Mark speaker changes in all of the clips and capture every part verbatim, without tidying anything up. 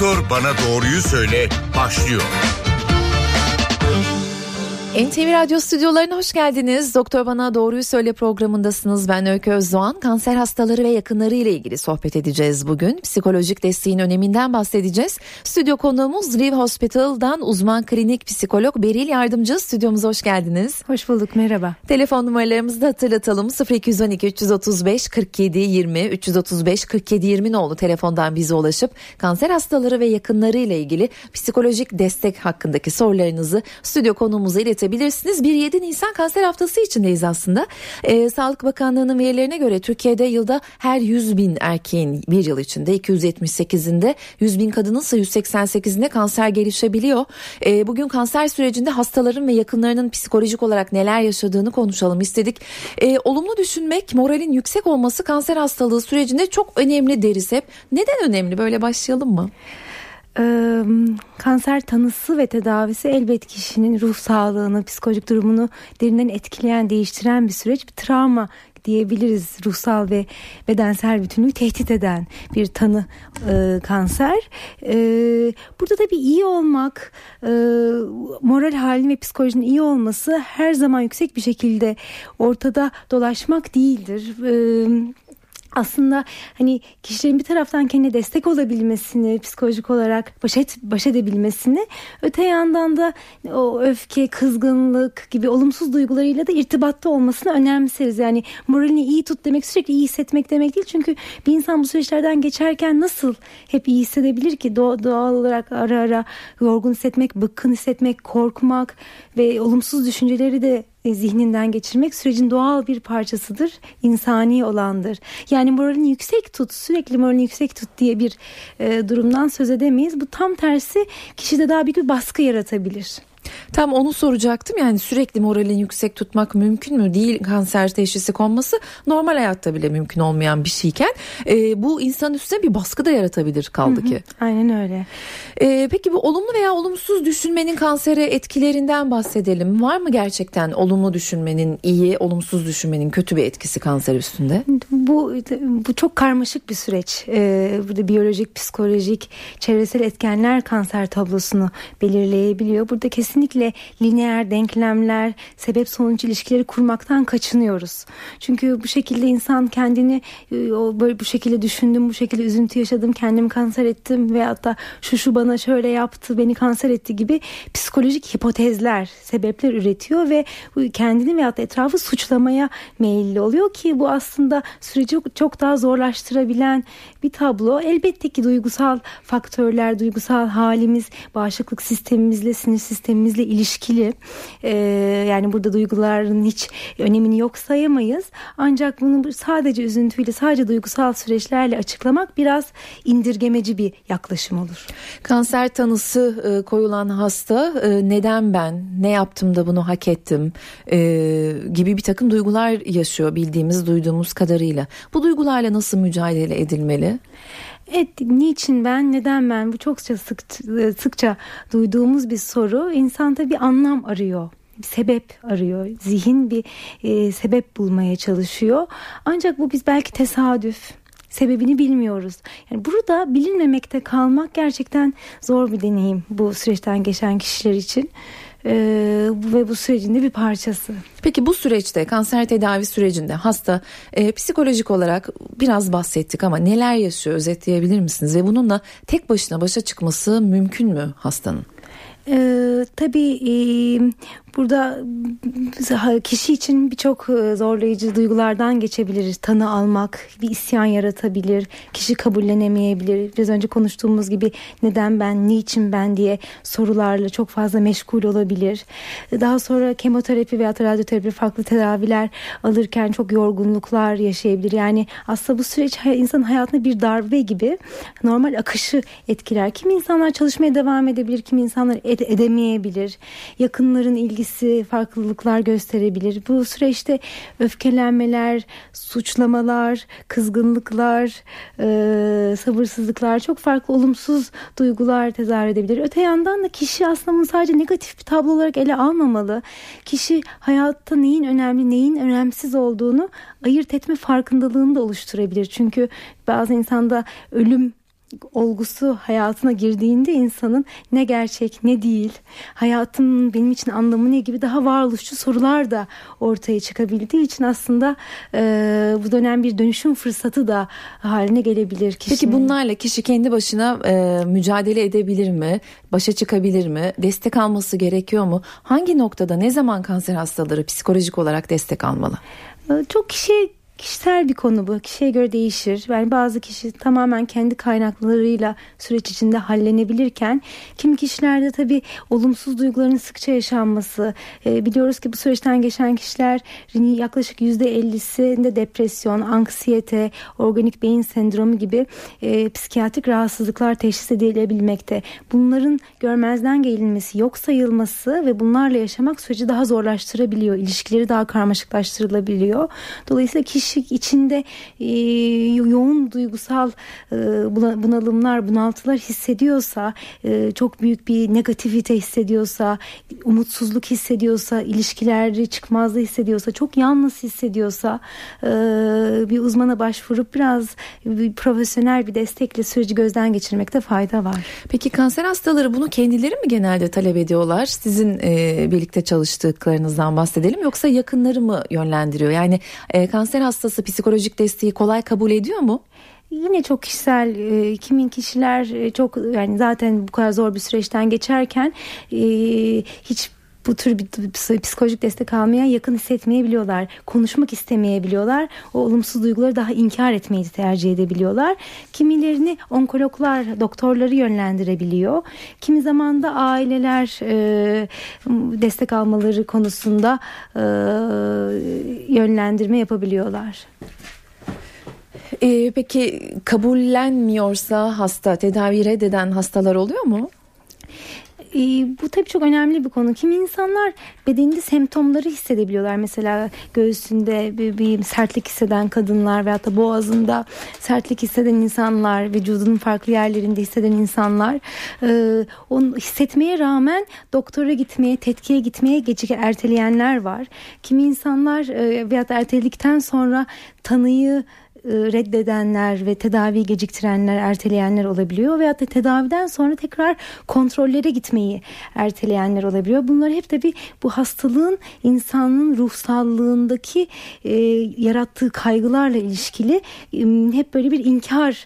Speaker 1: Doktor Bana Doğruyu Söyle başlıyor.
Speaker 2: N T V Radyo stüdyolarına hoş geldiniz. Doktor Bana Doğruyu Söyle programındasınız. Ben Öykü Özdoğan. Kanser hastaları ve yakınları ile ilgili sohbet edeceğiz bugün. Psikolojik desteğin öneminden bahsedeceğiz. Stüdyo konuğumuz Riv Hospital'dan uzman klinik psikolog Beril Yardımcı. Stüdyomuza hoş geldiniz.
Speaker 3: Hoş bulduk, merhaba.
Speaker 2: Telefon numaralarımızı da hatırlatalım. sıfır iki on iki üç otuz beş kırk yedi yirmi üç otuz beş kırk yedi yirmi nolu telefondan bize ulaşıp kanser hastaları ve yakınları ile ilgili psikolojik destek hakkındaki sorularınızı stüdyo konuğumuza iletebilirsiniz. bir yedi Nisan Kanser Haftası içindeyiz aslında. Ee, Sağlık Bakanlığı'nın verilerine göre Türkiye'de yılda her yüz bin erkeğin bir yıl içinde iki yüz yetmiş sekizinde, yüz bin kadının ise yüz seksen sekizinde kanser gelişebiliyor. Ee, bugün kanser sürecinde hastaların ve yakınlarının psikolojik olarak neler yaşadığını konuşalım istedik. Ee, olumlu düşünmek, moralin yüksek olması kanser hastalığı sürecinde çok önemli deriz hep. Neden önemli? Böyle başlayalım mı?
Speaker 3: Ee, kanser tanısı ve tedavisi elbet kişinin ruh sağlığını, psikolojik durumunu derinden etkileyen, değiştiren bir süreç. Bir travma diyebiliriz, ruhsal ve bedensel bütünlüğü tehdit eden bir tanı e, kanser. E, burada da bir iyi olmak, e, moral halinin ve psikolojinin iyi olması her zaman yüksek bir şekilde ortada dolaşmak değildir. E, Aslında hani kişilerin bir taraftan kendine destek olabilmesini, psikolojik olarak baş, et, baş edebilmesini, öte yandan da o öfke, kızgınlık gibi olumsuz duygularıyla da irtibatta olmasını önemseriz. Yani moralini iyi tut demek sürekli iyi hissetmek demek değil. Çünkü bir insan bu süreçlerden geçerken nasıl hep iyi hissedebilir ki? Doğal, doğal olarak ara ara yorgun hissetmek, bıkkın hissetmek, korkmak ve olumsuz düşünceleri de zihninden geçirmek sürecin doğal bir parçasıdır, insani olandır. Yani moralini yüksek tut, sürekli moralini yüksek tut diye bir e, durumdan söz edemeyiz. Bu tam tersi kişide daha büyük bir baskı yaratabilir.
Speaker 2: Tam onu soracaktım, yani sürekli moralini yüksek tutmak mümkün mü? Değil, kanser teşhisi konması normal hayatta bile mümkün olmayan bir şeyken e, bu insanın üstüne bir baskı da yaratabilir kaldı ki.
Speaker 3: Aynen öyle.
Speaker 2: E, peki bu olumlu veya olumsuz düşünmenin kansere etkilerinden bahsedelim. Var mı gerçekten olumlu düşünmenin iyi, olumsuz düşünmenin kötü bir etkisi kanser üstünde?
Speaker 3: Bu bu çok karmaşık bir süreç. Ee, burada biyolojik, psikolojik, çevresel etkenler kanser tablosunu belirleyebiliyor. Burada kesinlikle lineer denklemler, sebep sonuç ilişkileri kurmaktan kaçınıyoruz. Çünkü bu şekilde insan kendini o böyle bu şekilde düşündüm, bu şekilde üzüntü yaşadım, kendimi kanser ettim ve hatta şu şu bana şöyle yaptı, beni kanser etti gibi psikolojik hipotezler, sebepler üretiyor ve kendini veyahut da etrafı suçlamaya meyilli oluyor ki bu aslında süreci çok daha zorlaştırabilen bir tablo. Elbette ki duygusal faktörler, duygusal halimiz, bağışıklık sistemimizle, sinir sistemimizle ilişkili. Ee, yani burada duyguların hiç önemini yok sayamayız. Ancak bunu sadece üzüntüyle, sadece duygusal süreçlerle açıklamak biraz indirgemeci bir yaklaşım olur.
Speaker 2: Kanser tanısı e, koyulan hasta e, neden ben, ne yaptım da bunu hak ettim e, gibi bir takım duygular yaşıyor bildiğimiz, duyduğumuz kadarıyla. Bu duygularla nasıl mücadele edilmeli?
Speaker 3: Evet, niçin ben, neden ben? Bu çokça sık, sıkça duyduğumuz bir soru. İnsan tabii bir anlam arıyor. Bir sebep arıyor. Zihin bir e, sebep bulmaya çalışıyor. Ancak bu biz belki tesadüf, sebebini bilmiyoruz. Yani burada bilinmemekte kalmak gerçekten zor bir deneyim bu süreçten geçen kişiler için. Ee, ve bu sürecin de bir parçası.
Speaker 2: Peki bu süreçte, kanser tedavi sürecinde hasta e, psikolojik olarak biraz bahsettik ama neler yaşıyor, özetleyebilir misiniz? Ve bununla tek başına başa çıkması mümkün mü hastanın?
Speaker 3: Ee, tabii e, burada kişi için birçok zorlayıcı duygulardan geçebilir. Tanı almak bir isyan yaratabilir. Kişi kabullenemeyebilir. Biraz önce konuştuğumuz gibi neden ben, niçin ben diye sorularla çok fazla meşgul olabilir. Daha sonra kemoterapi veya radyoterapi, farklı tedaviler alırken çok yorgunluklar yaşayabilir. Yani aslında bu süreç insanın hayatına bir darbe gibi normal akışı etkiler. Kimi insanlar çalışmaya devam edebilir, kimi insanlar ed- edemeyebilir. Yakınların ilgisi farklılıklar gösterebilir. Bu süreçte öfkelenmeler, suçlamalar, kızgınlıklar, e, sabırsızlıklar, çok farklı olumsuz duygular tezahür edebilir. Öte yandan da kişi aslında bunu sadece negatif bir tablo olarak ele almamalı. Kişi hayatta neyin önemli, neyin önemsiz olduğunu ayırt etme farkındalığını da oluşturabilir. Çünkü bazı insanda ölüm olgusu hayatına girdiğinde insanın ne gerçek ne değil, hayatımın benim için anlamı ne gibi daha varoluşçu sorular da ortaya çıkabildiği için aslında e, bu dönem bir dönüşüm fırsatı da haline gelebilir kişinin.
Speaker 2: Peki bunlarla kişi kendi başına e, mücadele edebilir mi? Başa çıkabilir mi? Destek alması gerekiyor mu? Hangi noktada, ne zaman kanser hastaları psikolojik olarak destek almalı?
Speaker 3: Çok kişi Kişisel bir konu bu. Kişiye göre değişir. Yani bazı kişi tamamen kendi kaynaklarıyla süreç içinde hallenebilirken kimi kişilerde tabii olumsuz duyguların sıkça yaşanması. E, biliyoruz ki bu süreçten geçen kişilerin yaklaşık yüzde ellisinde depresyon, anksiyete, organik beyin sendromu gibi e, psikiyatrik rahatsızlıklar teşhis edilebilmekte. Bunların görmezden gelinmesi, yok sayılması ve bunlarla yaşamak süreci daha zorlaştırabiliyor. İlişkileri daha karmaşıklaştırılabiliyor. Dolayısıyla kişi içinde e, yoğun duygusal e, bunalımlar, bunaltılar hissediyorsa, e, çok büyük bir negativite hissediyorsa, umutsuzluk hissediyorsa, ilişkileri çıkmazlığı hissediyorsa, çok yalnız hissediyorsa e, bir uzmana başvurup biraz bir profesyonel bir destekle süreci gözden geçirmekte fayda var.
Speaker 2: Peki kanser hastaları bunu kendileri mi genelde talep ediyorlar? Sizin e, birlikte çalıştıklarınızdan bahsedelim, yoksa yakınları mı yönlendiriyor? Yani e, kanser hastası psikolojik desteği kolay kabul ediyor mu?
Speaker 3: Yine çok kişisel, e, kimin kişiler e, çok yani zaten bu kadar zor bir süreçten geçerken e, hiç bu tür bir psikolojik destek almaya yakın hissetmeyebiliyorlar. Konuşmak istemeyebiliyorlar. O olumsuz duyguları daha inkar etmeyi tercih edebiliyorlar. Kimilerini onkologlar, doktorları yönlendirebiliyor. Kimi zaman da aileler e, destek almaları konusunda e, yönlendirme yapabiliyorlar.
Speaker 2: Ee, peki kabullenmiyorsa hasta, tedavi reddeden hastalar oluyor mu?
Speaker 3: E, bu tabii çok önemli bir konu. Kimi insanlar bedeninde semptomları hissedebiliyorlar. Mesela göğsünde bir, bir sertlik hisseden kadınlar veyahut da boğazında sertlik hisseden insanlar, vücudunun farklı yerlerinde hisseden insanlar. E, onu hissetmeye rağmen doktora gitmeye, tetkiye gitmeye gecik erteleyenler var. Kimi insanlar e, veyahut da erteledikten sonra tanıyı reddedenler ve tedaviyi geciktirenler, erteleyenler olabiliyor veyahut da tedaviden sonra tekrar kontrollere gitmeyi erteleyenler olabiliyor. Bunlar hep tabii bu hastalığın insanın ruh sağlığındaki e, yarattığı kaygılarla ilişkili e, hep böyle bir inkar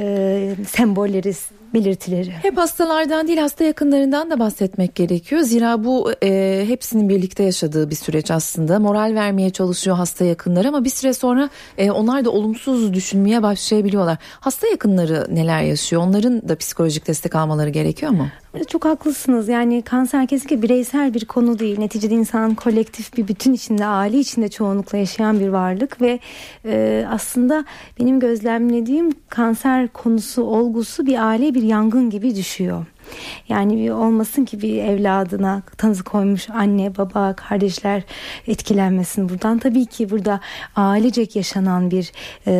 Speaker 3: e, sembolleri, belirtileri.
Speaker 2: Hep hastalardan değil, hasta yakınlarından da bahsetmek gerekiyor. Zira bu e, hepsinin birlikte yaşadığı bir süreç aslında. Moral vermeye çalışıyor hasta yakınları ama bir süre sonra e, onlar da olumsuz düşünmeye başlayabiliyorlar. Hasta yakınları neler yaşıyor? Onların da psikolojik destek almaları gerekiyor mu?
Speaker 3: Çok haklısınız. Yani kanser kesinlikle bireysel bir konu değil. Neticede insan kolektif bir bütün içinde, aile içinde çoğunlukla yaşayan bir varlık ve e, aslında benim gözlemlediğim kanser konusu, olgusu bir aile, bir yangın gibi düşüyor. Yani olmasın ki bir evladına tanı koymuş anne, baba, kardeşler etkilenmesin buradan. Tabii ki burada ailecek yaşanan bir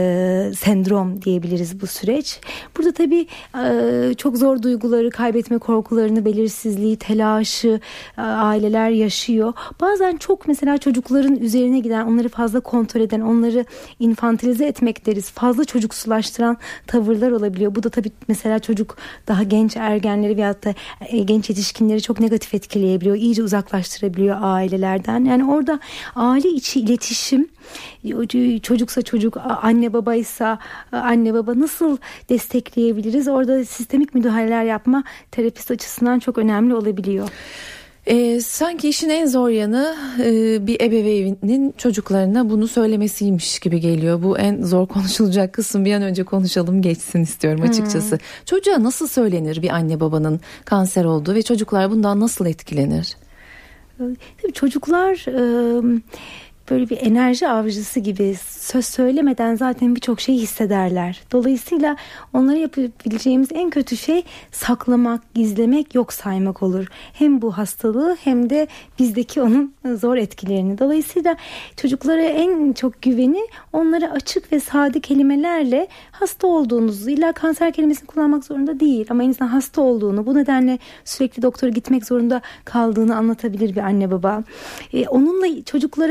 Speaker 3: e, sendrom diyebiliriz bu süreç. Burada tabii e, çok zor duyguları, kaybetme korkularını, belirsizliği, telaşı e, aileler yaşıyor. Bazen çok mesela çocukların üzerine giden, onları fazla kontrol eden, onları infantilize etmek deriz, fazla çocuksulaştıran tavırlar olabiliyor. Bu da tabii mesela çocuk daha genç ergenleri veyahut da genç yetişkinleri çok negatif etkileyebiliyor. İyice uzaklaştırabiliyor ailelerden. Yani orada aile içi iletişim, çocuksa çocuk, anne babaysa anne baba nasıl destekleyebiliriz? Orada sistemik müdahaleler yapma terapist açısından çok önemli olabiliyor.
Speaker 2: Ee, sanki işin en zor yanı e, bir ebeveynin çocuklarına bunu söylemesiymiş gibi geliyor. Bu en zor konuşulacak kısım. Bir an önce konuşalım, geçsin istiyorum açıkçası. Hmm. Çocuğa nasıl söylenir bir anne babanın kanser olduğu ve çocuklar bundan nasıl etkilenir?
Speaker 3: Tabii çocuklar e, böyle bir enerji avcısı gibi söz söylemeden zaten birçok şeyi hissederler. Dolayısıyla onlara yapabileceğimiz en kötü şey saklamak, gizlemek, yok saymak olur. Hem bu hastalığı hem de bizdeki onun zor etkilerini. Dolayısıyla çocuklara en çok güveni onlara açık ve sade kelimelerle hasta olduğunuzu, illa kanser kelimesini kullanmak zorunda değil ama insan hasta olduğunu, bu nedenle sürekli doktora gitmek zorunda kaldığını anlatabilir bir anne baba. Ee, onunla çocuklara söylerken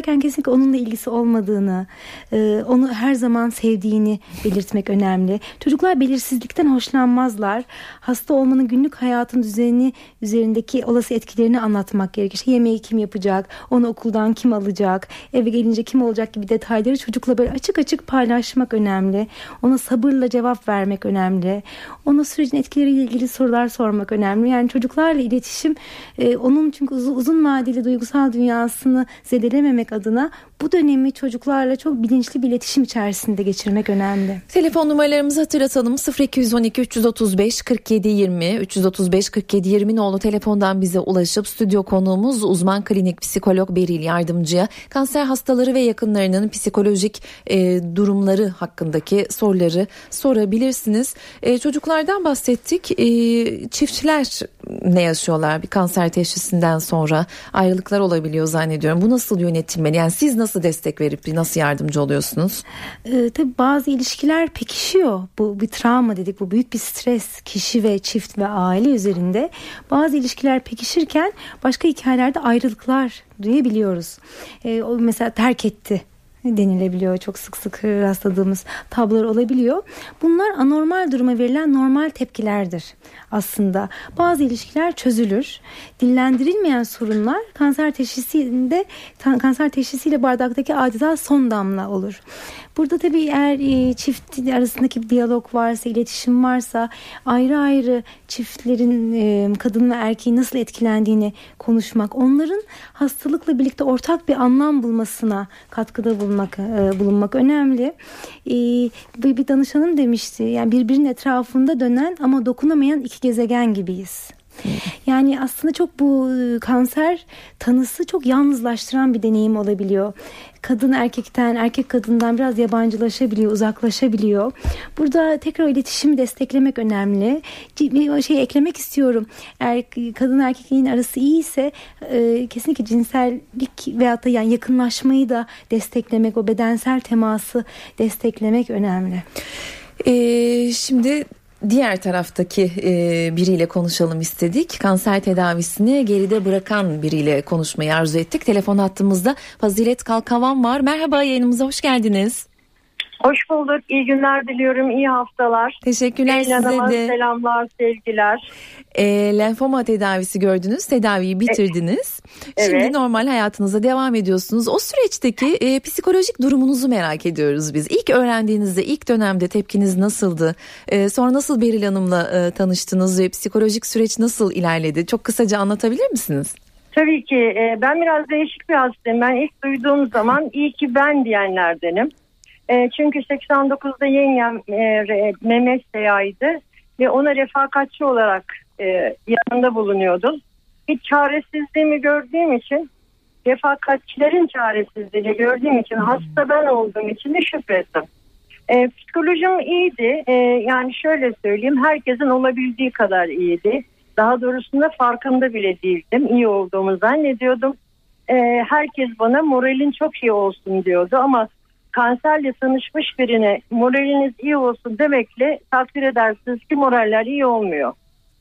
Speaker 3: derken kesinlikle onunla ilgisi olmadığını, e, onu her zaman sevdiğini belirtmek önemli. Çocuklar belirsizlikten hoşlanmazlar. Hasta olmanın günlük hayatın düzeni üzerindeki olası etkilerini anlatmak gerekir. İşte yemeği kim yapacak, onu okuldan kim alacak, eve gelince kim olacak gibi detayları çocukla böyle açık açık paylaşmak önemli. Ona sabırla cevap vermek önemli. Ona sürecin etkileriyle ilgili sorular sormak önemli. Yani çocuklarla iletişim e, onun çünkü uzun, uzun vadeli duygusal dünyasını zedelememek adına bu dönemi çocuklarla çok bilinçli bir iletişim içerisinde geçirmek önemli.
Speaker 2: Telefon numaralarımızı hatırlatalım. sıfır iki on iki üç otuz beş kırk yedi yirmi üç otuz beş kırk yedi yirmi nolu telefondan bize ulaşıp stüdyo konuğumuz uzman klinik psikolog Beril Yardımcı'ya kanser hastaları ve yakınlarının psikolojik e, durumları hakkındaki soruları sorabilirsiniz. E, çocuklardan bahsettik. E, çiftçiler ne yaşıyorlar bir kanser teşhisinden sonra? Ayrılıklar olabiliyor zannediyorum. Bu nasıl yönetilmeli? Yani siz nasıl destek verip nasıl yardımcı oluyorsunuz?
Speaker 3: Ee, tabii bazı ilişkiler pekişiyor. Bu bir travma dedik. Bu büyük bir stres kişi ve çift ve aile üzerinde. Bazı ilişkiler pekişirken başka hikayelerde ayrılıklar duyabiliyoruz. Ee, o mesela terk etti denilebiliyor. Çok sık sık rastladığımız tablolar olabiliyor. Bunlar anormal duruma verilen normal tepkilerdir aslında. Bazı ilişkiler çözülür. Dillendirilmeyen sorunlar kanser teşhisinde kanser teşhisiyle bardaktaki adeta son damla olur. Burada tabii eğer e, çift arasındaki bir diyalog varsa, iletişim varsa ayrı ayrı çiftlerin e, kadın ve erkeğin nasıl etkilendiğini konuşmak, onların hastalıkla birlikte ortak bir anlam bulmasına katkıda bulunmak, e, bulunmak önemli. E, bir, bir danışanım demişti, yani birbirinin etrafında dönen ama dokunamayan iki gezegen gibiyiz. Yani aslında çok bu kanser tanısı çok yalnızlaştıran bir deneyim olabiliyor. Kadın erkekten, erkek kadından biraz yabancılaşabiliyor, uzaklaşabiliyor. Burada tekrar iletişimi desteklemek önemli. Bir şey eklemek istiyorum. Eğer kadın erkekliğin arası iyiyse e, kesinlikle cinsellik veyahut da yani yakınlaşmayı da desteklemek, o bedensel teması desteklemek önemli.
Speaker 2: Ee, şimdi diğer taraftaki e, biriyle konuşalım istedik. Kanser tedavisini geride bırakan biriyle konuşmayı arzu ettik. Telefon hattımızda Fazilet Kalkavan var. Merhaba, yayınımıza hoş geldiniz.
Speaker 4: Hoş bulduk. İyi günler diliyorum. İyi haftalar.
Speaker 2: Teşekkürler size de.
Speaker 4: Selamlar, sevgiler.
Speaker 2: E, lenfoma tedavisi gördünüz. Tedaviyi bitirdiniz. Evet. Şimdi normal hayatınıza devam ediyorsunuz. O süreçteki e, psikolojik durumunuzu merak ediyoruz biz. İlk öğrendiğinizde, ilk dönemde tepkiniz nasıldı? E, sonra nasıl Beril Hanım'la e, tanıştınız ve psikolojik süreç nasıl ilerledi? Çok kısaca anlatabilir misiniz?
Speaker 4: Tabii ki. E, ben biraz değişik bir hastayım. Ben ilk duyduğum zaman iyi ki ben diyenlerdenim. E, çünkü seksen dokuzda yengem e, Mehmet Seya'ydı ve ona refakatçi olarak e, yanında bulunuyordum. Hiç çaresizliğimi gördüğüm için, refakatçilerin çaresizliğini gördüğüm için, hasta ben olduğum için de şükrettim. E, psikolojim iyiydi. E, yani şöyle söyleyeyim, herkesin olabildiği kadar iyiydi. Daha doğrusunda farkında bile değildim. İyi olduğumu zannediyordum. E, herkes bana moralin çok iyi olsun diyordu ama kanserle tanışmış birine moraliniz iyi olsun demekle takdir edersiniz ki moraller iyi olmuyor.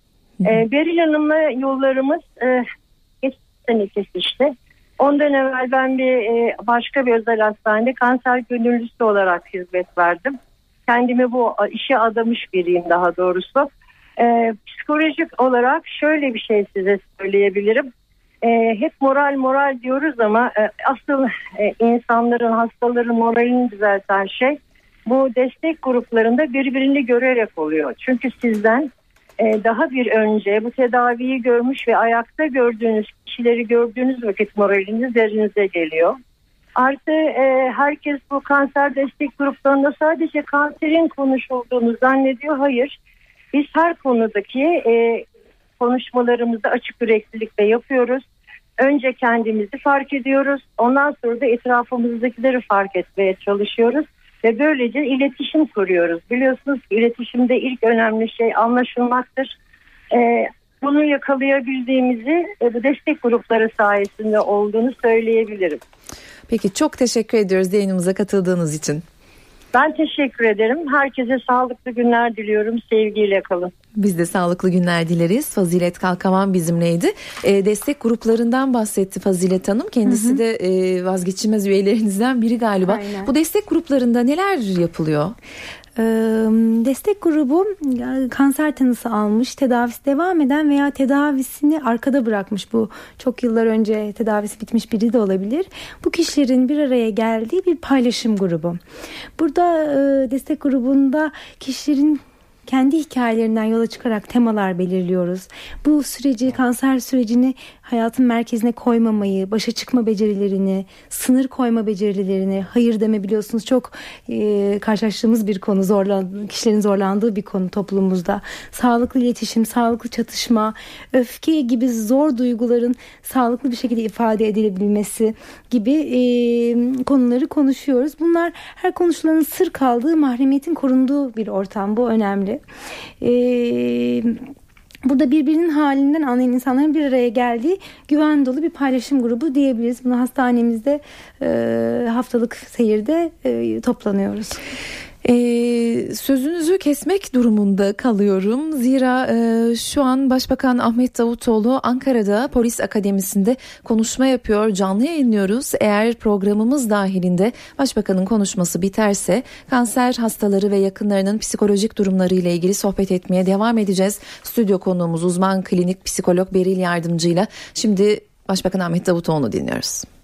Speaker 4: Ee, Beril Hanım'la yollarımız e, geçen sene kesişti. Ondan evvel ben bir e, başka bir özel hastanede kanser gönüllüsü olarak hizmet verdim. Kendimi bu işe adamış biriyim daha doğrusu. Ee, psikolojik olarak şöyle bir şey size söyleyebilirim. E, hep moral moral diyoruz ama e, asıl e, insanların, hastaların moralini düzelten şey bu destek gruplarında birbirini görerek oluyor. Çünkü sizden e, daha bir önce bu tedaviyi görmüş ve ayakta gördüğünüz kişileri gördüğünüz vakit moraliniz yerinize geliyor. Artı e, herkes bu kanser destek gruplarında sadece kanserin konuşulduğunu zannediyor. Hayır, biz her konudaki e, konuşmalarımızı açık yüreklilikle yapıyoruz. Önce kendimizi fark ediyoruz. Ondan sonra da etrafımızdakileri fark etmeye çalışıyoruz. Ve böylece iletişim kuruyoruz. Biliyorsunuz ki iletişimde ilk önemli şey anlaşılmaktır. Ee, bunu yakalayabildiğimizi e, bu destek grupları sayesinde olduğunu söyleyebilirim.
Speaker 2: Peki, çok teşekkür ediyoruz yayınımıza katıldığınız için.
Speaker 4: Ben teşekkür ederim. Herkese sağlıklı günler diliyorum. Sevgiyle kalın.
Speaker 2: Biz de sağlıklı günler dileriz. Fazilet Kalkavan bizimleydi. E, destek gruplarından bahsetti Fazilet Hanım. Kendisi hı hı. de e, vazgeçilmez üyelerinizden biri galiba. Aynen. Bu destek gruplarında neler yapılıyor?
Speaker 3: Destek grubu kanser tanısı almış, tedavisi devam eden veya tedavisini arkada bırakmış, bu çok yıllar önce tedavisi bitmiş biri de olabilir. Bu kişilerin bir araya geldiği bir paylaşım grubu. Burada destek grubunda kişilerin kendi hikayelerinden yola çıkarak temalar belirliyoruz. Bu süreci, kanser sürecini hayatın merkezine koymamayı, başa çıkma becerilerini, sınır koyma becerilerini, hayır deme biliyorsunuz çok e, karşılaştığımız bir konu, zorlan, kişilerin zorlandığı bir konu toplumumuzda. Sağlıklı iletişim, sağlıklı çatışma, öfke gibi zor duyguların sağlıklı bir şekilde ifade edilebilmesi gibi e, konuları konuşuyoruz. Bunlar her konuşulanın sır kaldığı, mahremiyetin korunduğu bir ortam. Bu önemli. Eee Burada birbirinin halinden anlayan insanların bir araya geldiği güven dolu bir paylaşım grubu diyebiliriz. Bunu hastanemizde e, haftalık seyirde e, toplanıyoruz.
Speaker 2: Ee, sözünüzü kesmek durumunda kalıyorum. Zira e, şu an Başbakan Ahmet Davutoğlu Ankara'da Polis Akademisi'nde konuşma yapıyor. Canlı yayınlıyoruz. Eğer programımız dahilinde Başbakanın konuşması biterse kanser hastaları ve yakınlarının psikolojik durumları ile ilgili sohbet etmeye devam edeceğiz. Stüdyo konuğumuz uzman klinik psikolog Beril Yardımcı'yla. Şimdi Başbakan Ahmet Davutoğlu'nu dinliyoruz.